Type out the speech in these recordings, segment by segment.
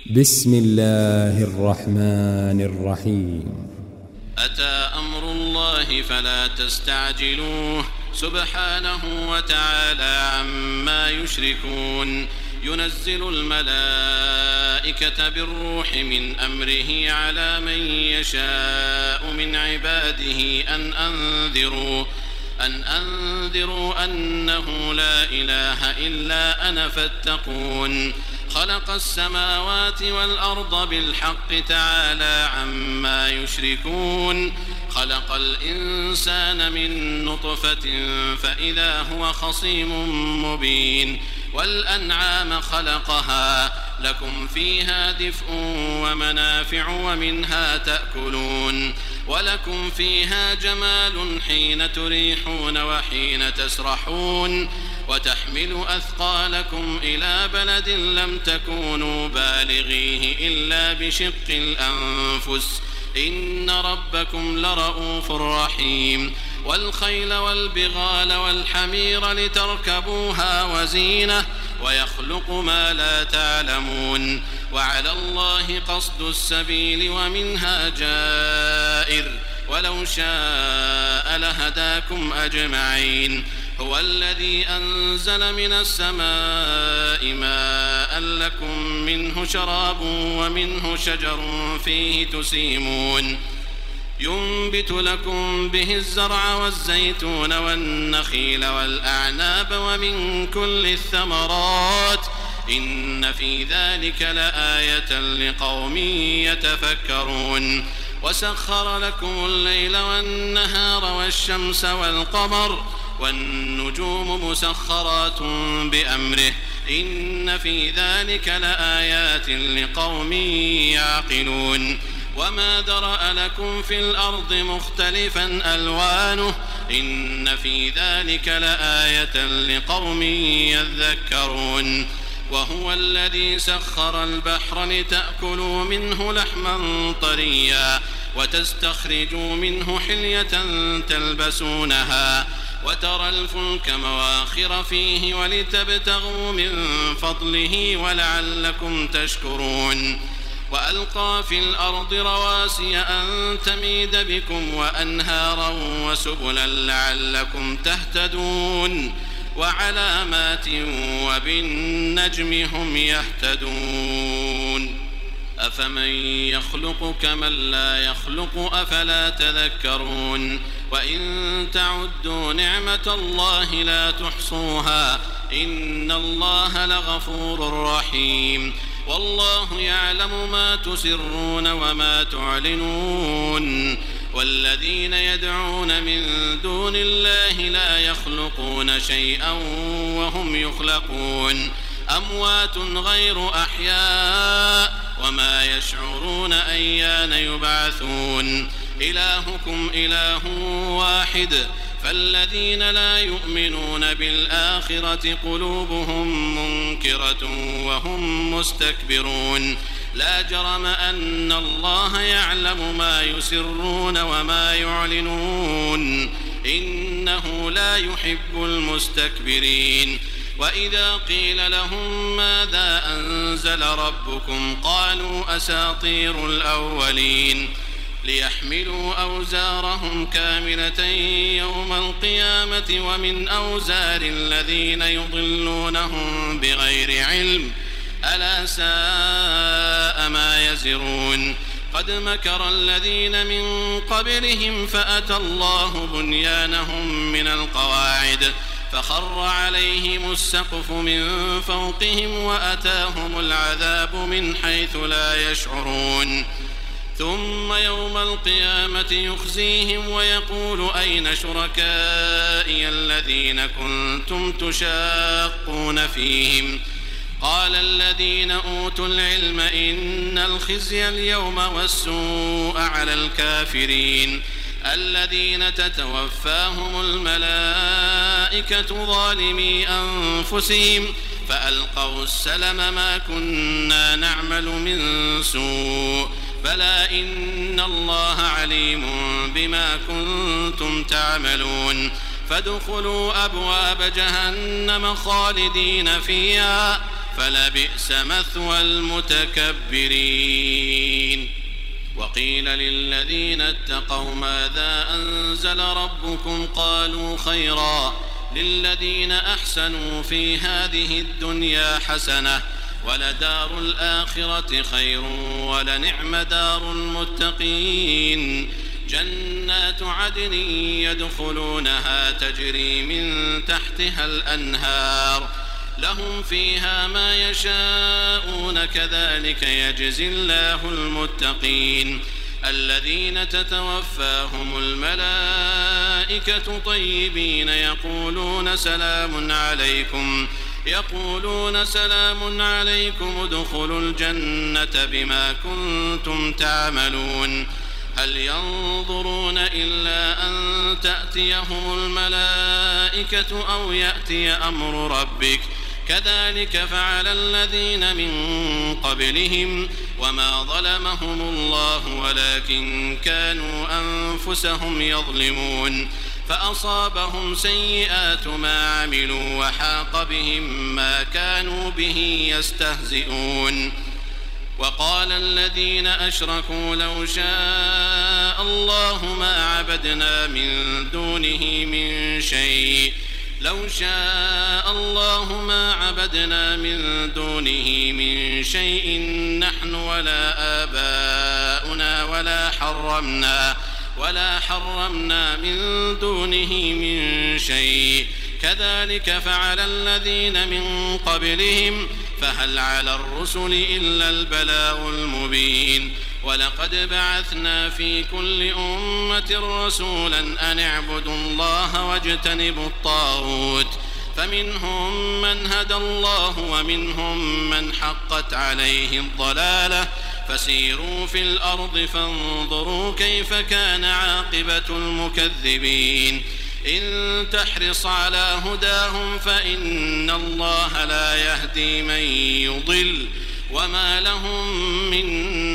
بسم الله الرحمن الرحيم. أتى أمر الله فلا تستعجلوه سبحانه وتعالى عما يشركون. ينزل الملائكة بالروح من أمره على من يشاء من عباده أن أنذروا أنه لا إله إلا أنا فاتقون. خلق السماوات والأرض بالحق تعالى عما يشركون. خلق الإنسان من نطفة فإذا هو خصيم مبين. والأنعام خلقها لكم فيها دفء ومنافع ومنها تأكلون. ولكم فيها جمال حين تريحون وحين تسرحون. وتحمل أثقالكم إلى بلد لم تكونوا بالغيه إلا بشق الأنفس إن ربكم لرؤوف رحيم. والخيل والبغال والحمير لتركبوها وزينة ويخلق ما لا تعلمون. وعلى الله قصد السبيل ومنها جائر ولو شاء لهداكم أجمعين. هو الذي أنزل من السماء ماء لكم منه شراب ومنه شجر فيه تسيمون. ينبت لكم به الزرع والزيتون والنخيل والأعناب ومن كل الثمرات إن في ذلك لآية لقوم يتفكرون. وسخر لكم الليل والنهار والشمس والقمر والنجوم مسخرات بأمره إن في ذلك لآيات لقوم يعقلون. وما ذرأ لكم في الأرض مختلفا ألوانه إن في ذلك لآية لقوم يذكرون. وهو الذي سخر البحر لتأكلوا منه لحما طريا وتستخرجوا منه حلية تلبسونها وترى الفلك مواخر فيه ولتبتغوا من فضله ولعلكم تشكرون. وألقى في الأرض رواسي أن تميد بكم وأنهارا وسبلا لعلكم تهتدون. وعلامات وبالنجم هم يهتدون. أفمن يخلق كمن لا يخلق أفلا تذكرون. وإن تعدوا نعمة الله لا تحصوها إن الله لغفور رحيم. والله يعلم ما تسرون وما تعلنون. والذين يدعون من دون الله لا يخلقون شيئا وهم يخلقون. أموات غير أحياء وما يشعرون أيان يبعثون. إلهكم إله واحد فالذين لا يؤمنون بالآخرة قلوبهم منكرة وهم مستكبرون. لا جرم أن الله يعلم ما يسرون وما يعلنون إنه لا يحب المستكبرين. وإذا قيل لهم ماذا أنزل ربكم قالوا أساطير الأولين. ليحملوا أوزارهم كاملة يوم القيامة ومن أوزار الذين يضلونهم بغير علم ألا ساء ما يزرون. قد مكر الذين من قبلهم فأتى الله بنيانهم من القواعد فخر عليهم السقف من فوقهم وأتاهم العذاب من حيث لا يشعرون. ثم يوم القيامة يخزيهم ويقول أين شركائي الذين كنتم تشاقون فيهم. قال الذين أوتوا العلم إن الخزي اليوم والسوء على الكافرين الذين تتوفاهم الملائكة ظالمي أنفسهم فألقوا السلم ما كنا نعمل من سوء بلى إن الله عليم بما كنتم تعملون. فادخلوا أبواب جهنم خالدين فيها فلبئس مثوى المتكبرين. وقيل للذين اتقوا ماذا أنزل ربكم قالوا خيرا للذين أحسنوا في هذه الدنيا حسنة ولدار الآخرة خير ولنعم دار المتقين. جنات عدن يدخلونها تجري من تحتها الأنهار لهم فيها ما يشاءون كذلك يجزي الله المتقين. الذين تتوفاهم الملائكة طيبين يقولون سلام عليكم ادخلوا الجنة بما كنتم تعملون. هل ينظرون إلا أن تأتيهم الملائكة أو يأتي أمر ربك كذلك فعل الذين من قبلهم وما ظلمهم الله ولكن كانوا أنفسهم يظلمون. فأصابهم سيئات ما عملوا وحاق بهم ما كانوا به يستهزئون. وقال الذين أشركوا لو شاء الله ما عبدنا من دونه من شيء نحن ولا آباؤنا ولا حرمنا من دونه من شيء كذلك فعل الذين من قبلهم فهل على الرسل إلا البلاغ المبين. ولقد بعثنا في كل أمة رسولا أن اعبدوا الله واجتنبوا الطاغوت فمنهم من هدى الله ومنهم من حقت عليه الضلالة فسيروا في الأرض فانظروا كيف كان عاقبة المكذبين. إن تحرص على هداهم فإن الله لا يهدي من يضل وما لهم من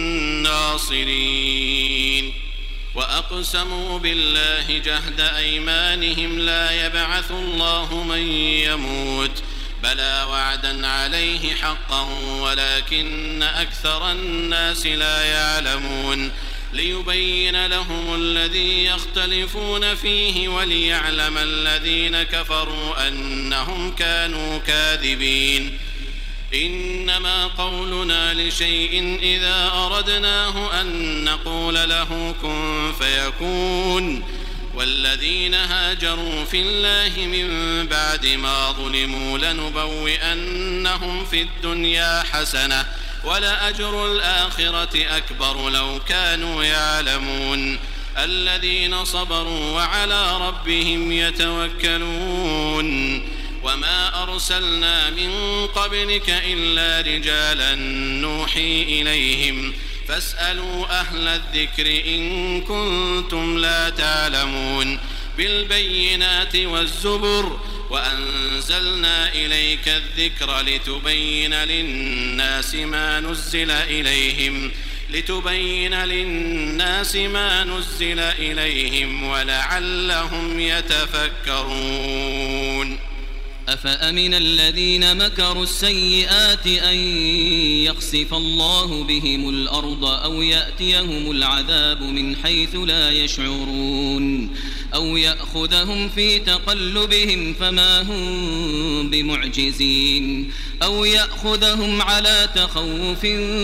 ناصرين. وأقسموا بالله جهد أيمانهم لا يبعث الله من يموت بلى وعدا عليه حقا ولكن أكثر الناس لا يعلمون. ليبين لهم الذي يختلفون فيه وليعلم الذين كفروا أنهم كانوا كاذبين. إنما قولنا لشيء إذا أردناه أن نقول له كن فيكون. والذين هاجروا في الله من بعد ما ظلموا لنبوئنهم في الدنيا حسنة ولأجر الآخرة أكبر لو كانوا يعلمون. الذين صبروا وعلى ربهم يتوكلون. وما أرسلنا من قبلك إلا رجالا نوحي إليهم فاسألوا أهل الذكر إن كنتم لا تعلمون. بالبينات والزبر وأنزلنا إليك الذكر لتبين للناس ما نزل إليهم ولعلهم يتفكرون. أفأمن الذين مكروا السيئات أن يخسف الله بهم الأرض أو يأتيهم العذاب من حيث لا يشعرون أو يأخذهم في تقلبهم فما هم بمعجزين أو يأخذهم على تخوف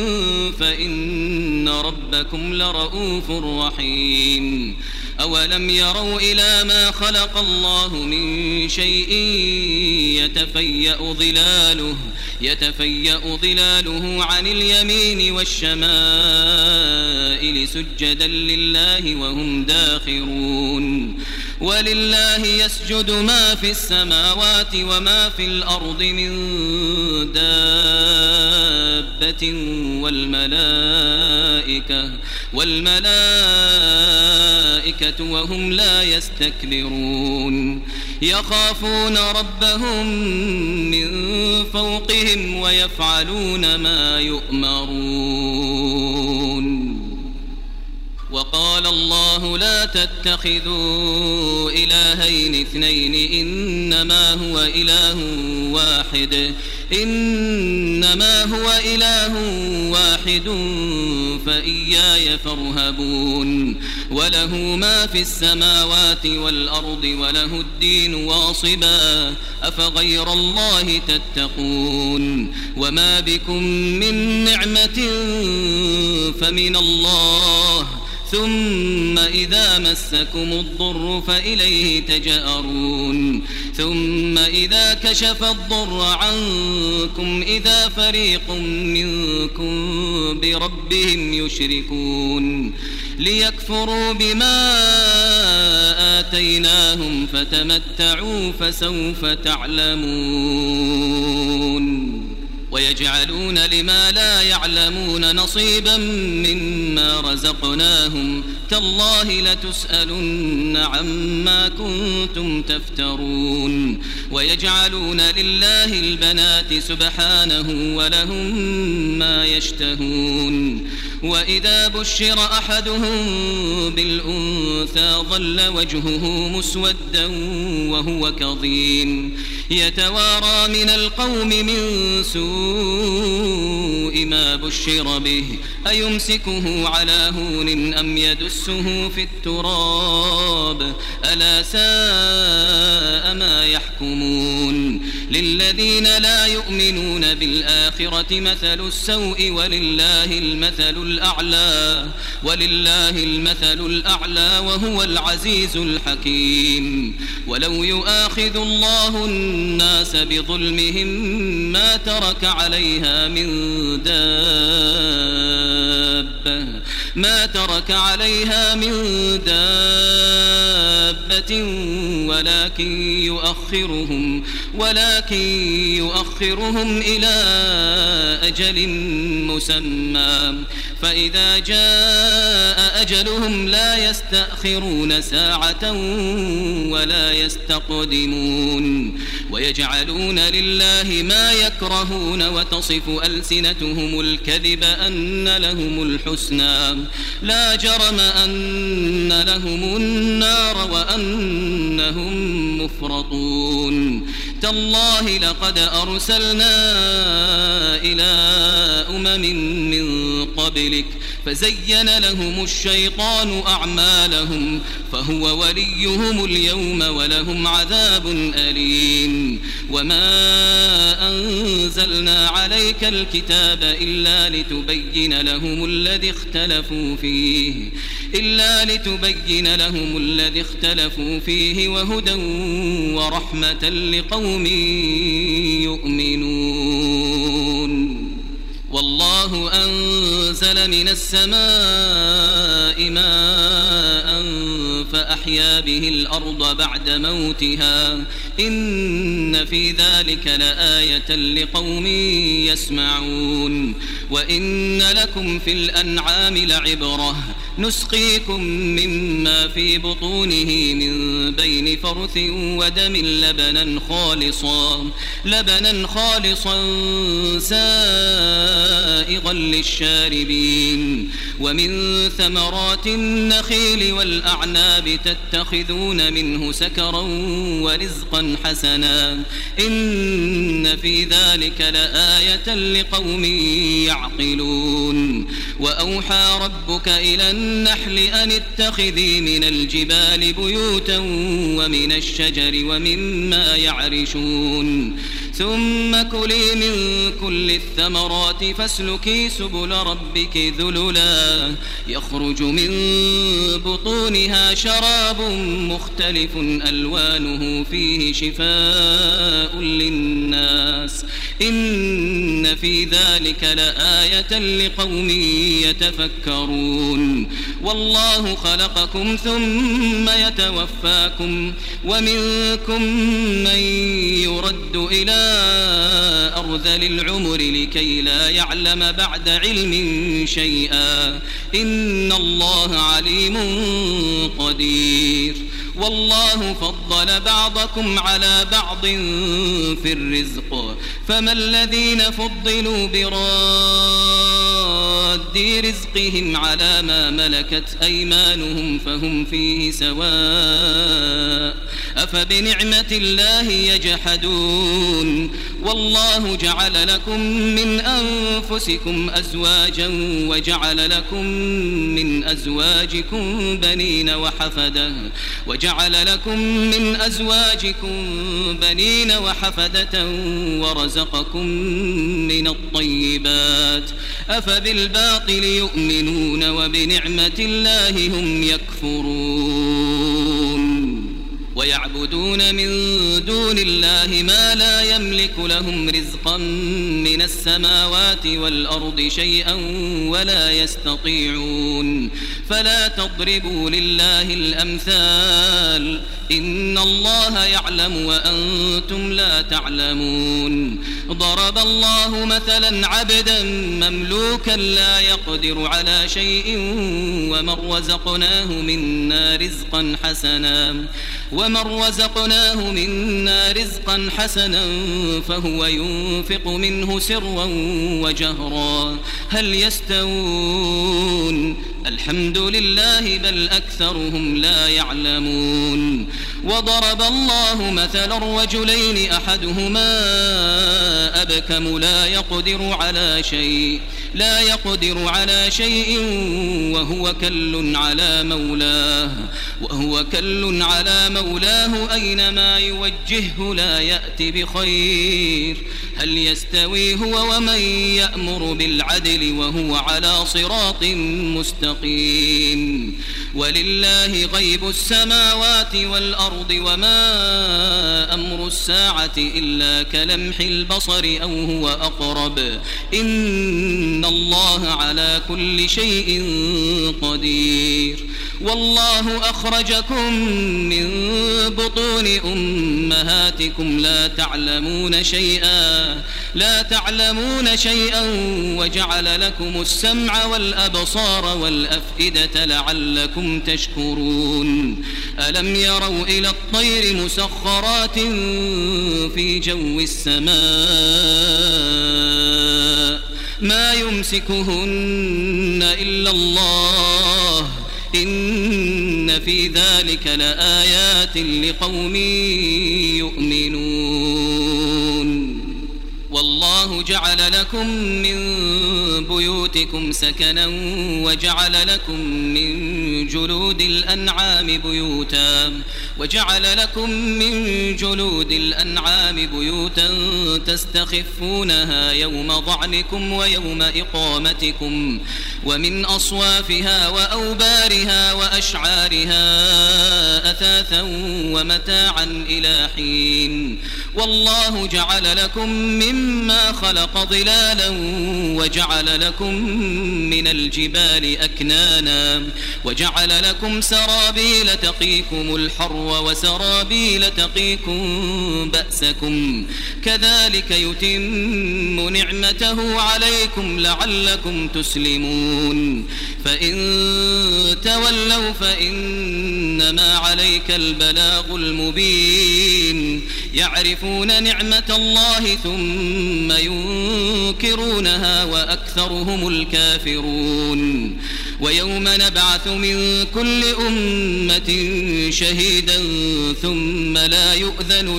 فإن ربكم لرؤوف رحيم. أولم يروا إلى ما خلق الله من شيء يتفيأ ظلاله عن اليمين والشمائل سجدا لله وهم داخرون. ولله يسجد ما في السماوات وما في الأرض من دابة والملائكة وهم لا يستكبرون. يخافون ربهم من فوقهم ويفعلون ما يؤمرون. وقال الله لا تتخذوا إلهين اثنين إنما هو إله واحد إنما هو إله واحد فإياي فارهبون وله ما في السماوات والأرض وله الدين واصبا أفغير الله تتقون وما بكم من نعمة فمن الله ثم إذا مسكم الضر فإليه تجأرون ثم إذا كشف الضر عنكم إذا فريق منكم بربهم يشركون ليكفروا بما آتيناهم فتمتعوا فسوف تعلمون ويجعلون لما لا يعلمون نصيبا مما رزقناهم تالله لتسألن عما كنتم تفترون ويجعلون لله البنات سبحانه ولهم ما يشتهون وإذا بشر أحدهم بالأنثى ظل وجهه مسودا وهو كظيم يتوارى من القوم من سوء ما بشر به أيمسكه على هون أم يدسه في التراب ألا ساء ما يحكمون للذين لا يؤمنون بالآخرة مثل السوء ولله المثل الأعلى وهو العزيز الحكيم ولو يؤاخذ الله الناس بظلمهم ما ترك عليها من دابة ولكن يؤخرهم إلى أجل مسمى فإذا جاء أجلهم لا يستأخرون ساعة ولا يستقدمون ويجعلون لله ما يكرهون وتصف ألسنتهم الكذب أن لهم الحسنى لا جرم أن لهم النار وأنهم مفرطون تالله لقد أرسلنا إلى أمم من قبلك فزين لهم الشيطان أعمالهم فهو وليهم اليوم ولهم عذاب أليم وما أنزلنا عليك الكتاب إلا لتبين لهم الذي اختلفوا فيه وهدى ورحمة لقوم يؤمنون والله أنزل من السماء ماء فأحيا به الأرض بعد موتها إن في ذلك لآية لقوم يسمعون وإن لكم في الأنعام لعبرة نسقيكم مما في بطونه من بين فرث ودم لبنا خالصا سائغا للشاربين ومن ثمرات النخيل والأعناب تتخذون منه سكرا ورزقا حسنا إن في ذلك لآية لقوم يعقلون وأوحى ربك إلى النحل أن اتخذي من الجبال بيوتا ومن الشجر ومما يعرشون ثم كلي من كل الثمرات فاسلكي سبل ربك ذللا يخرج من بطونها شراب مختلف ألوانه فيه شفاء للناس إن في ذلك لآية لقوم يتفكرون والله خلقكم ثم يتوفاكم ومنكم من يرد إلى أرذل العمر لكي لا يعلم بعد علم شيئا إن الله عليم قدير والله فضل بعضكم على بعض في الرزق فما الذين فضلوا براد رزقهم على ما ملكت أيمانهم فهم فيه سواء أفبنعمة الله يجحدون والله جعل لكم من أنفسكم أزواجا وجعل لكم من أزواجكم بنين وحفدة ورزقكم من الطيبات أفبالباطل يؤمنون وبنعمة الله هم يكفرون ويعبدون من دون الله ما لا يملك لهم رزقا من السماوات والأرض شيئا ولا يستطيعون فلا تضربوا لله الأمثال إن الله يعلم وأنتم لا تعلمون ضرب الله مثلا عبدا مملوكا لا يقدر على شيء ومن رزقناه منا رزقا حسنا فهو ينفق منه سرا وجهرا هل يستوون الحمد لله بل أكثرهم لا يعلمون وضرب الله مثلا رجلين أحدهما أبكم لا يقدر على شيء وهو كل على مولاه أينما يوجهه لا يأتي بخير هل يستوي هو ومن يأمر بالعدل وهو على صراط مستقيم ولله غيب السماوات والأرض وما أمر الساعة إلا كلمح البصر أو هو أقرب إن الله على كل شيء قدير والله أخرجكم من بطون أمهاتكم لا تعلمون شيئا وجعل لكم السمع والأبصار والأفئدة لعلكم تشكرون ألم يروا إلى الطير مسخرات في جو السماء ما يمسكهن إلا الله إن في ذلك لآيات لقوم يؤمنون والله جعل لكم من بيوتكم سكنا وجعل لكم من جلود الأنعام بيوتا تستخفونها يوم ضعنكم ويوم إقامتكم ومن أصوافها وأوبارها وأشعارها أثاثا ومتاعا إلى حين والله جعل لكم مما خلق ظلالا وجعل لكم من الجبال أكنانا وجعل لكم سرابيل تقيكم الحر وسرابيل تقيكم بأسكم كذلك يتم نعمته عليكم لعلكم تسلمون فإن تولوا فإنما عليك البلاغ المبين يعرفون نعمة الله ثم ينكرونها وأكثرهم الكافرون ويوم نبعث من كل أمة شهيدا ثم لا يؤذن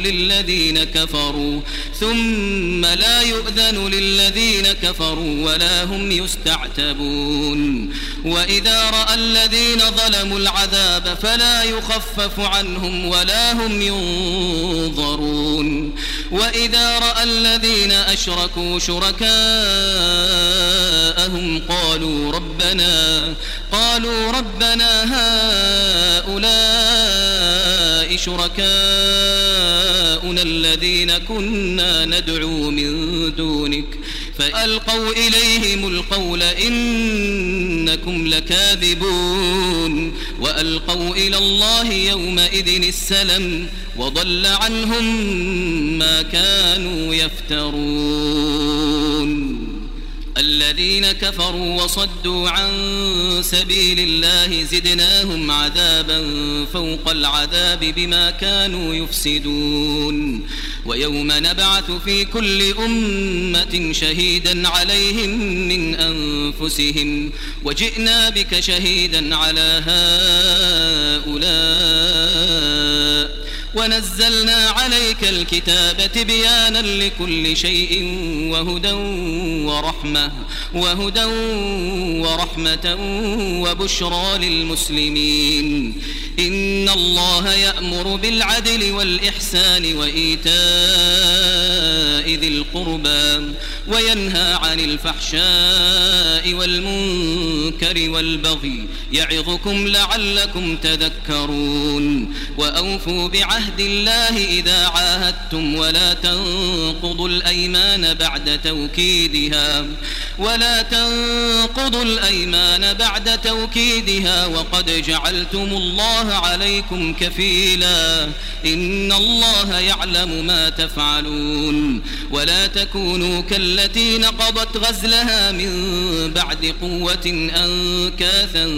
للذين كفروا ولا هم يستعتبون وإذا رأى الذين ظلموا العذاب فلا يخفف عنهم ولا هم ينظرون وإذا رأى الذين أشركوا شركاءهم قالوا ربنا هؤلاء شركاؤنا الذين كنا ندعو من دونك فألقوا إليهم القول إنكم لكاذبون وألقوا إلى الله يومئذ السلم وضل عنهم ما كانوا يفترون الذين كفروا وصدوا عن سبيل الله زدناهم عذابا فوق العذاب بما كانوا يفسدون ويوم نبعث في كل أمة شهيدا عليهم من أنفسهم وجئنا بك شهيدا على هؤلاء ونزلنا عليك الكتاب تبيانا لكل شيء وهدى ورحمة وبشرى للمسلمين. إن الله يأمر بالعدل والإحسان وإيتاء ذي القربى وينهى عن الفحشاء والمنكر والبغي يعظكم لعلكم تذكرون. وأوفوا بعهد الله إذا عاهدتم ولا تنقضوا الأيمان بعد توكيدها وقد جعلتم الله عليكم كفيلا إن الله يعلم ما تفعلون. ولا تكونوا كالتي نقضت غزلها من بعد قوة أنكاثا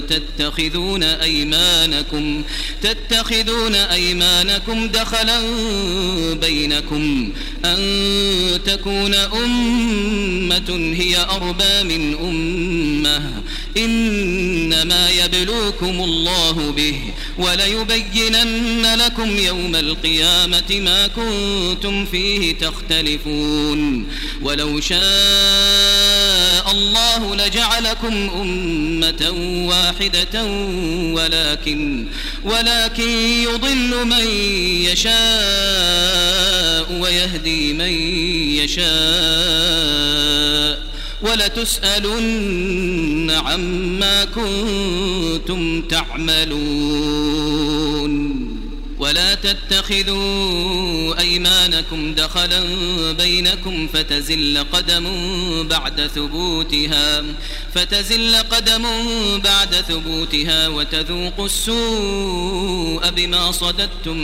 تتخذون أيمانكم دخلا بينكم أن تكون أمة هي أربى من أمة إنما يبلوكم الله به وليبينن لكم يوم القيامة ما كنتم فيه تختلفون. ولو شاء الله لجعلكم أمة واحدة ولكن يضل من يشاء ويهدي من يشاء ولتسألن عما كنتم تعملون. ولا تتخذوا أيمانكم دخلا بينكم فتزل قدم بعد ثبوتها وتذوقوا السوء بما صددتم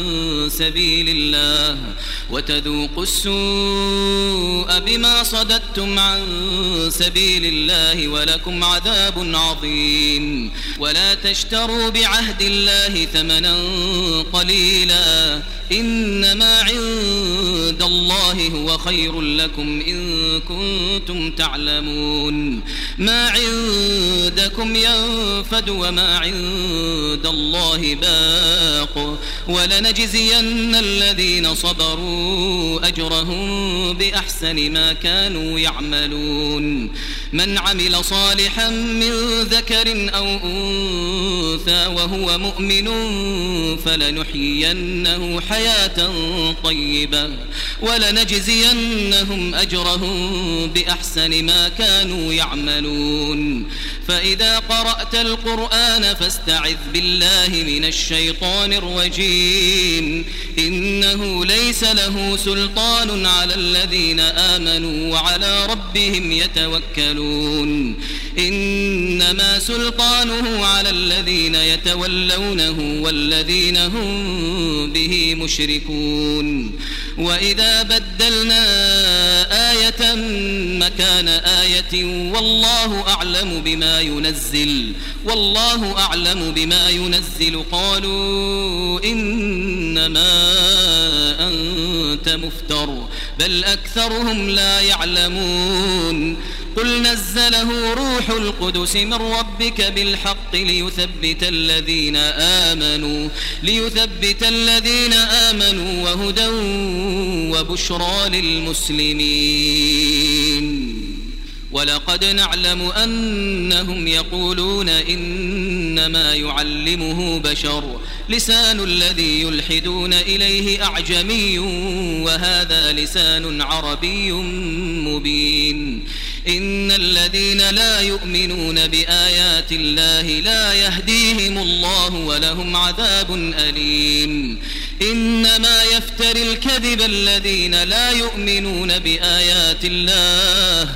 عن سبيل الله ولكم عذاب عظيم. ولا تشتروا بعهد الله ثمنا قليلا إنما عند الله هو خير لكم إن كنتم تعلمون. ما عندكم ينفد وما عند الله باق ولنجزين الذين صبروا أجرهم بأحسن ما كانوا يعملون. من عمل صالحا من ذكر أو أنثى وهو مؤمن فلنحيينه حياة طيبة ولنجزينهم أجرهم بأحسن ما كانوا يعملون. فإذا قرأت القرآن فاستعذ بالله من الشيطان الرجيم إنه ليس له سلطان على الذين آمنوا وعلى ربهم يتوكلون. إنما سلطانه على الذين يتولونه والذين هم به مشركون. وإذا بدلنا آية مكان آية والله أعلم بما ينزل قالوا إنما أنت مفتر بل أكثرهم لا يعلمون. قل نزله روح القدس من ربك بالحق ليثبت الذين آمنوا وهدى وبشرى للمسلمين. ولقد نعلم أنهم يقولون إنما يعلمه بشر لسان الذي يلحدون إليه أعجمي وهذا لسان عربي مبين. إن الذين لا يؤمنون بآيات الله لا يهديهم الله ولهم عذاب أليم. إنما يفتري الكذب الذين لا يؤمنون بآيات الله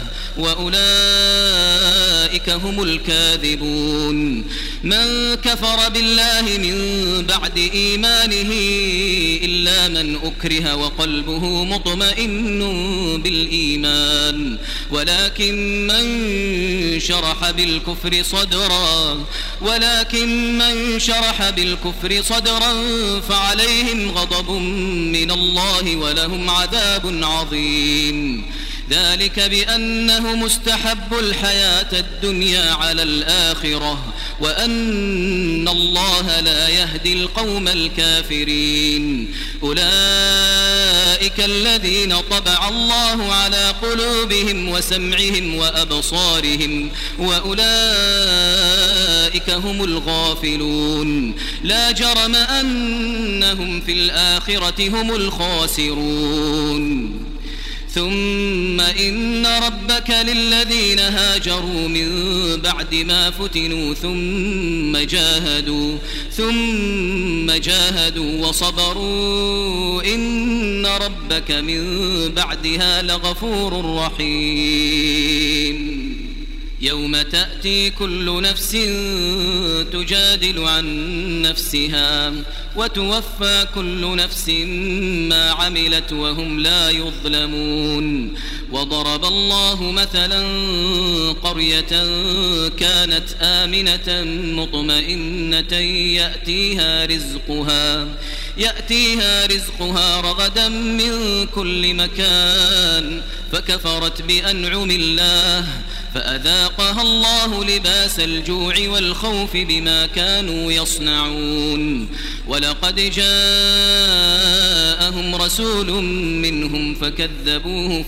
وأولئك هم الكاذبون. من كفر بالله من بعد إيمانه إلا من أكره وقلبه مطمئن بالإيمان ولكن من شرح بالكفر صدرا فعليهم غضب من الله ولهم عذاب عظيم. ذلك بأنه مستحب الحياة الدنيا على الآخرة وأن الله لا يهدي القوم الكافرين. أولئك الذين طبع الله على قلوبهم وسمعهم وأبصارهم وأولئك هم الغافلون. لا جرم أنهم في الآخرة هم الخاسرون. ثم إن ربك للذين هاجروا من بعد ما فتنوا ثم جاهدوا وصبروا إن ربك من بعدها لغفور رحيم. يوم تأتي كل نفس تجادل عن نفسها وتوفى كل نفس ما عملت وهم لا يظلمون. وضرب الله مثلا قرية كانت آمنة مطمئنة يأتيها رزقها رغدا من كل مكان فكفرت بأنعم الله فأذاقها الله لباس الجوع والخوف بما كانوا يصنعون. ولقد جاءهم رسول منهم فكذبوه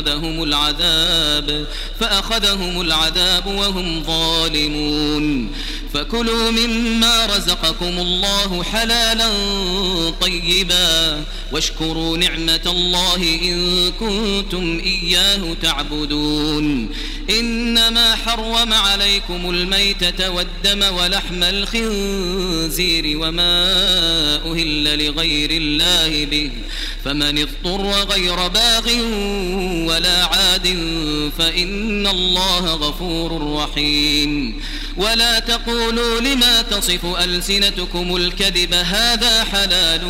فأخذهم العذاب وهم ظالمون. فكلوا مما رزقكم الله حلالا طيبا واشكروا نعمة الله إن كنتم إياه تعبدون. إنما حرم عليكم الميتة والدم ولحم الخنزير وما أهل لغير الله به فمن اضطر غير باغ ولا عاد فإن الله غفور رحيم. ولا تقولوا لما تصف ألسنتكم الكذب هذا حلال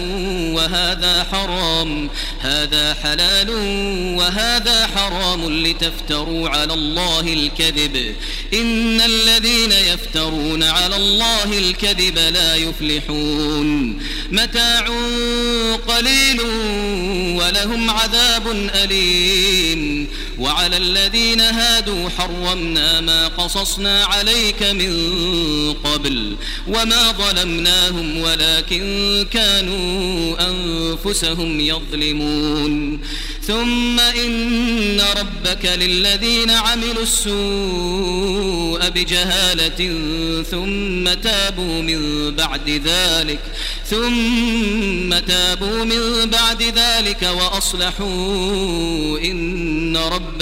وهذا حرام لتفتروا على الله الكذب إن الذين يفترون على الله الكذب لا يفلحون. متاع قليل ولهم عذاب أليم. وعلى الذين هادوا حرمنا ما قصصنا عليك من قبل وما ظلمناهم ولكن كانوا أنفسهم يظلمون. ثم إن ربك للذين عملوا السوء بجهالة ثم تابوا من بعد ذلك وأصلحوا إن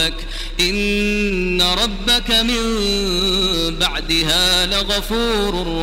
ربك من بعدها لغفور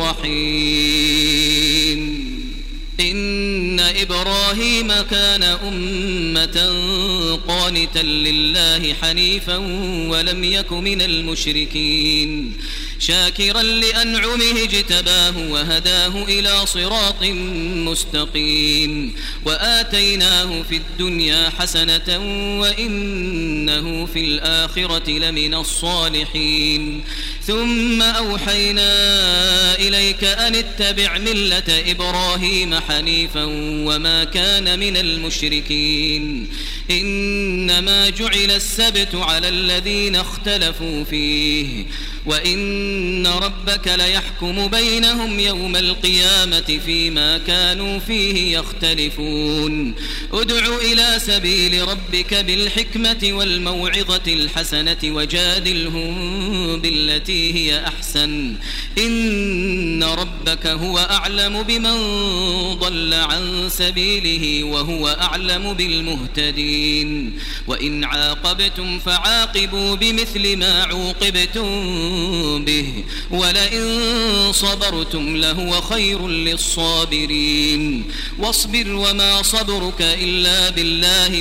رحيم. إن إبراهيم كان أمة قانتا لله حنيفا ولم يك من المشركين شاكرا لأنعمه اجتباه وهداه إلى صراط مستقيم. وآتيناه في الدنيا حسنة وإنه في الآخرة لمن الصالحين. ثم أوحينا إليك أن اتبع ملة إبراهيم حنيفا وما كان من المشركين. إنما جعل السبت على الذين اختلفوا فيه وإن ربك ليحكم بينهم يوم القيامة فيما كانوا فيه يختلفون. ادع إلى سبيل ربك بالحكمة والموعظة الحسنة وجادلهم بالتي هي أحسن إن ربك هو أعلم بمن ضل عن سبيله وهو أعلم بالمهتدين. وإن عاقبتم فعاقبوا بمثل ما عوقبتم به ولئن صبرتم لهو خير للصابرين. واصبر وما صبرك إلا بالله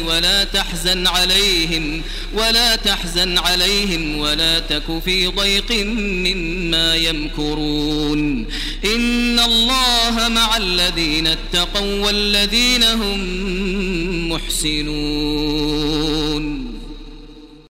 ولا تحزن عليهم ولا تك في ضيق مما يمكرون. إن الله مع الذين اتقوا والذين هم محسنون.